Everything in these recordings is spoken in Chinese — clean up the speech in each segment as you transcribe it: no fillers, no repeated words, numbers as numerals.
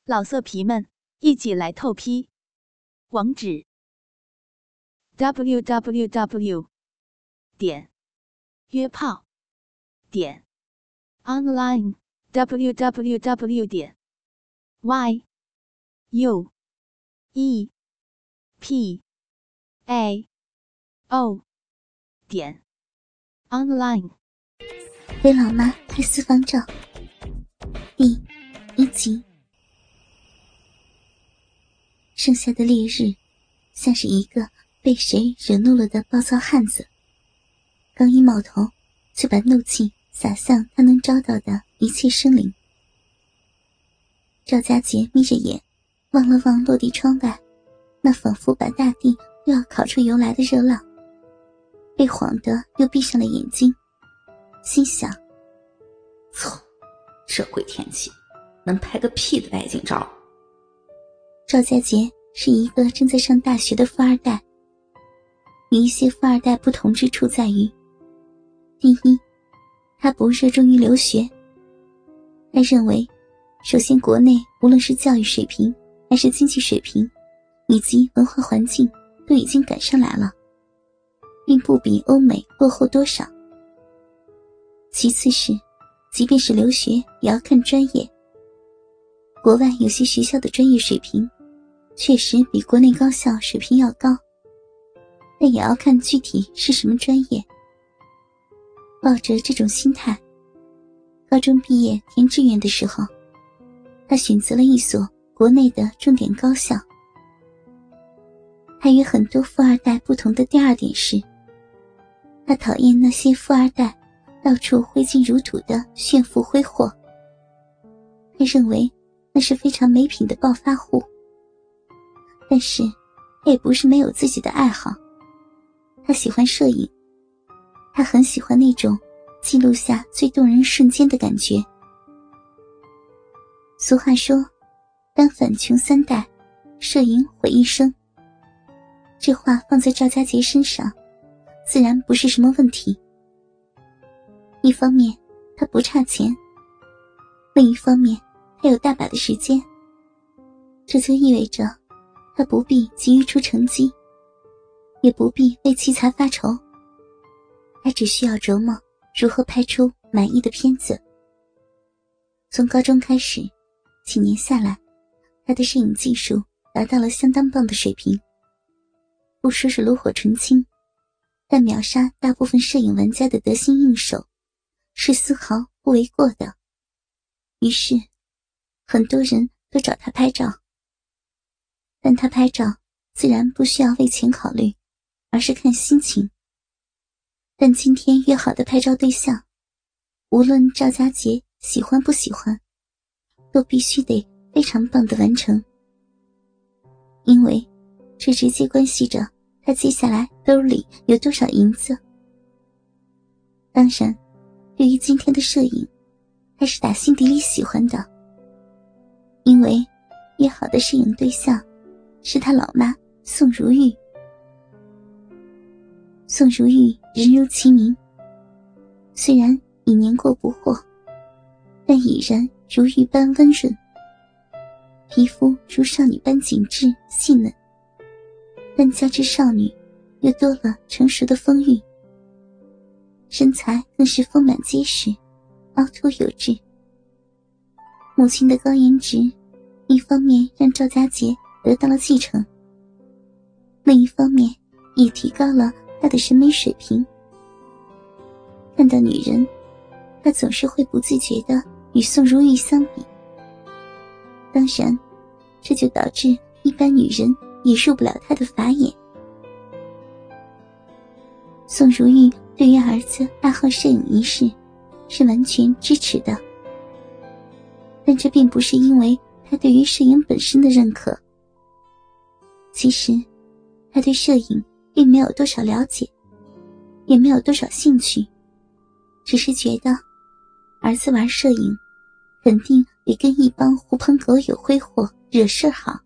老色皮们，一起来透批！网址 www.约炮online www.yuepao.online。 给老妈拍私房照第1集。剩下的烈日像是一个被谁惹怒了的暴躁汉子，刚一冒头就把怒气洒向他能招到的一切生灵。赵家杰眯着眼望了望落地窗外那仿佛把大地都要烤出油来的热浪，被晃得又闭上了眼睛，心想： 操，这鬼天气能拍个屁的外景照。 赵家杰是一个正在上大学的富二代，与一些富二代不同之处在于，第一，他不热衷于留学。他认为，首先国内无论是教育水平还是经济水平以及文化环境都已经赶上来了，并不比欧美落后多少。其次是，即便是留学也要看专业，国外有些学校的专业水平确实比国内高校水平要高，但也要看具体是什么专业。抱着这种心态，高中毕业填志愿的时候，他选择了一所国内的重点高校。他与很多富二代不同的第二点是，他讨厌那些富二代到处挥金如土的炫富挥霍。他认为那是非常没品的暴发户。但是他也不是没有自己的爱好，他喜欢摄影，他很喜欢那种记录下最动人瞬间的感觉。俗话说，单反穷3代，摄影毁一生。这话放在赵家杰身上自然不是什么问题。一方面他不差钱，另一方面他有大把的时间，这就意味着他不必急于出成绩，也不必为器材发愁，他只需要琢磨如何拍出满意的片子。从高中开始，几年下来，他的摄影技术达到了相当棒的水平，不说是炉火纯青，但秒杀大部分摄影玩家的得心应手是丝毫不为过的。于是很多人都找他拍照，但他拍照自然不需要为钱考虑，而是看心情。但今天约好的拍照对象，无论赵家杰喜欢不喜欢，都必须得非常棒的完成，因为这直接关系着他接下来兜里有多少银子。当然，对于今天的摄影，他是打心底里喜欢的，因为约好的摄影对象是他老妈宋如玉。宋如玉人如其名，虽然已年过不惑，但已然如玉般温润，皮肤如少女般紧致细嫩，但加之少女又多了成熟的风韵，身材更是丰满结实，凹凸有致。母亲的高颜值一方面让赵家杰得到了继承，另一方面也提高了他的审美水平。看到女人，他总是会不自觉地与宋如玉相比，当然这就导致一般女人也入不了他的法眼。宋如玉对于儿子爱好摄影一事是完全支持的，但这并不是因为他对于摄影本身的认可。其实他对摄影并没有多少了解，也没有多少兴趣，只是觉得儿子玩摄影肯定比跟一帮狐朋狗友挥霍惹事好。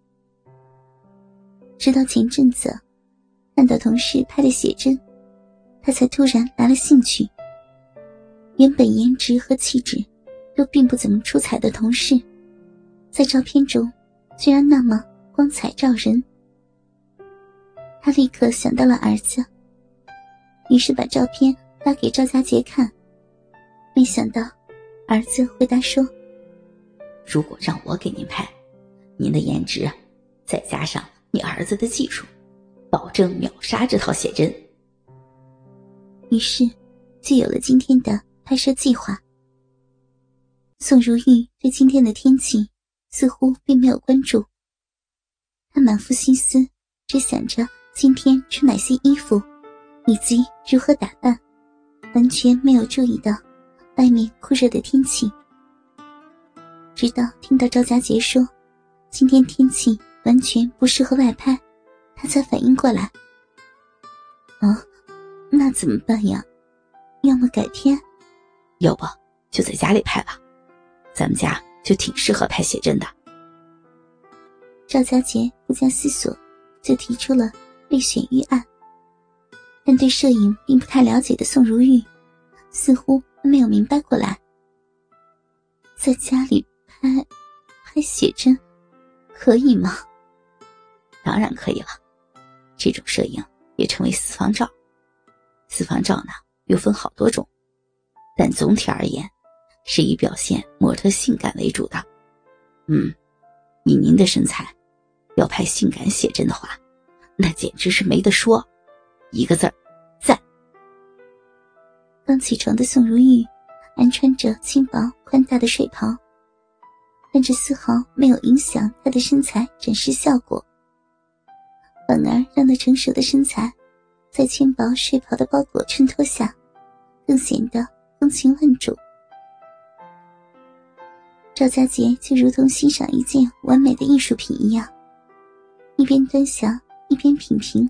直到前阵子看到同事拍的写真，他才突然来了兴趣。原本颜值和气质都并不怎么出彩的同事， 在照片中居然那么光彩照人。他立刻想到了儿子，于是把照片发给赵家杰看。没想到儿子回答说， 如果让我给您拍，您的颜值再加上你儿子的技术，保证秒杀这套写真。 于是就有了今天的拍摄计划。宋如玉对今天的天气似乎并没有关注，她满腹心思只想着今天穿哪些衣服以及如何打扮，完全没有注意到外面酷热的天气。直到听到赵家杰说今天天气完全不适合外拍，她才反应过来。那怎么办呀？要么改天， 要不就在家里拍吧，咱们家就挺适合拍写真的。 赵家杰不加思索就提出了备选预案。但对摄影并不太了解的宋如玉似乎没有明白过来。在家里拍写真可以吗？ 当然可以了，这种摄影也称为私房照。私房照呢又分好多种，但总体而言是以表现模特性感为主的。以您的身材要拍性感写真的话，那简直是没得说，一个字儿，赞。 刚起床的宋如玉安穿着轻薄宽大的睡袍，但这丝毫没有影响她的身材展示效果，反而让那成熟的身材在轻薄睡袍的包裹衬托下更显得风情万种。赵家杰就如同欣赏一件完美的艺术品一样，一边端详一边品评。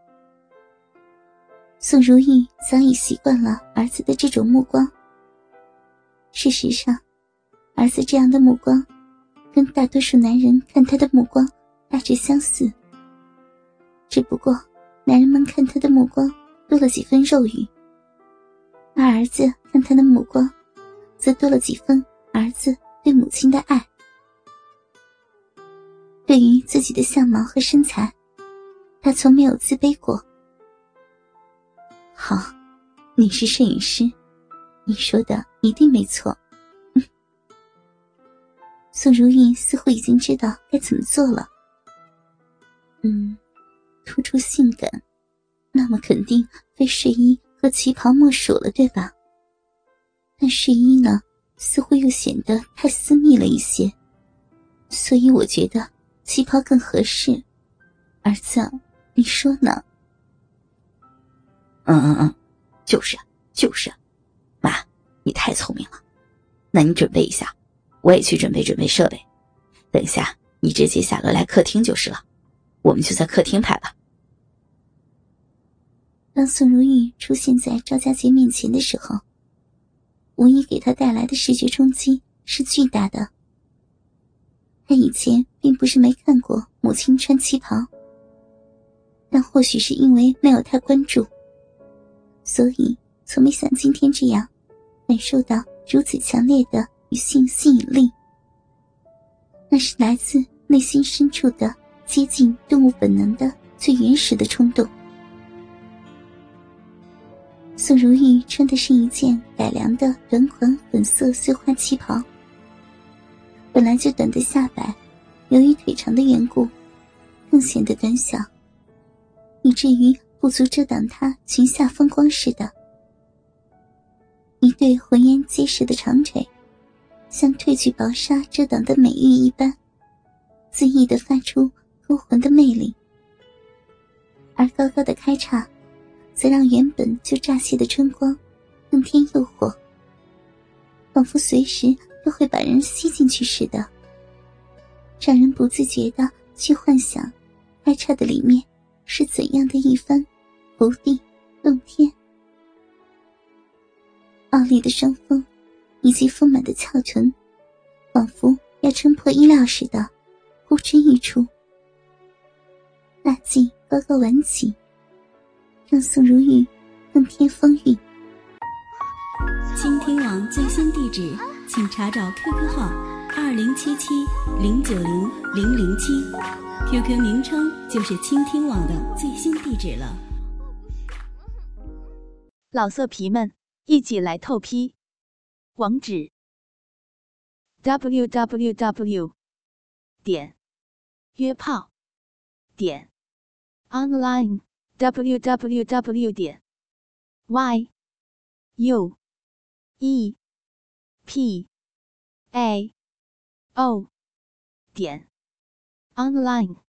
宋如玉早已习惯了儿子的这种目光。事实上，儿子这样的目光跟大多数男人看他的目光大致相似，只不过男人们看他的目光多了几分肉欲，而儿子看他的目光则多了几分儿子对母亲的爱。对于自己的相貌和身材，他从没有自卑过。好，你是摄影师，你说的一定没错。宋如玉似乎已经知道该怎么做了。突出性感，那么肯定非睡衣和旗袍莫属了，对吧？但睡衣呢，似乎又显得太私密了一些，所以我觉得旗袍更合适。儿子，你说呢？ 就是妈，你太聪明了。那你准备一下，我也去准备设备，等一下你直接下楼来客厅就是了，我们就在客厅拍吧。 当宋如玉出现在赵家杰面前的时候，无疑给他带来的视觉冲击是巨大的。他以前并不是没看过母亲穿旗袍，但或许是因为没有太关注，所以从没像今天这样感受到如此强烈的女性吸引力。那是来自内心深处的接近动物本能的最原始的冲动。宋如玉穿的是一件改良的短款粉色碎花旗袍，本来就短的下摆，由于腿长的缘故，更显得短小，以至于不足遮挡她裙下风光似的。一对浑圆结实的长腿，像褪去薄纱遮挡的美玉一般，恣意地发出勾魂的魅力。而高高的开叉则让原本就乍泄的春光更添诱惑，仿佛随时都会把人吸进去似的，让人不自觉地去幻想开叉的里面是怎样的一番不地洞天。傲立的双峰以及丰满的翘臀，仿佛要撑破衣料似的呼之欲出。大髻高高挽起，让宋如玉更添风韵。 倾听网最新地址，请查找 QQ 号 2077-090-007，QQ 名称就是倾听网的最新地址了。 老色皮们，一起来透批！网址 www.约炮online www.yuepao.online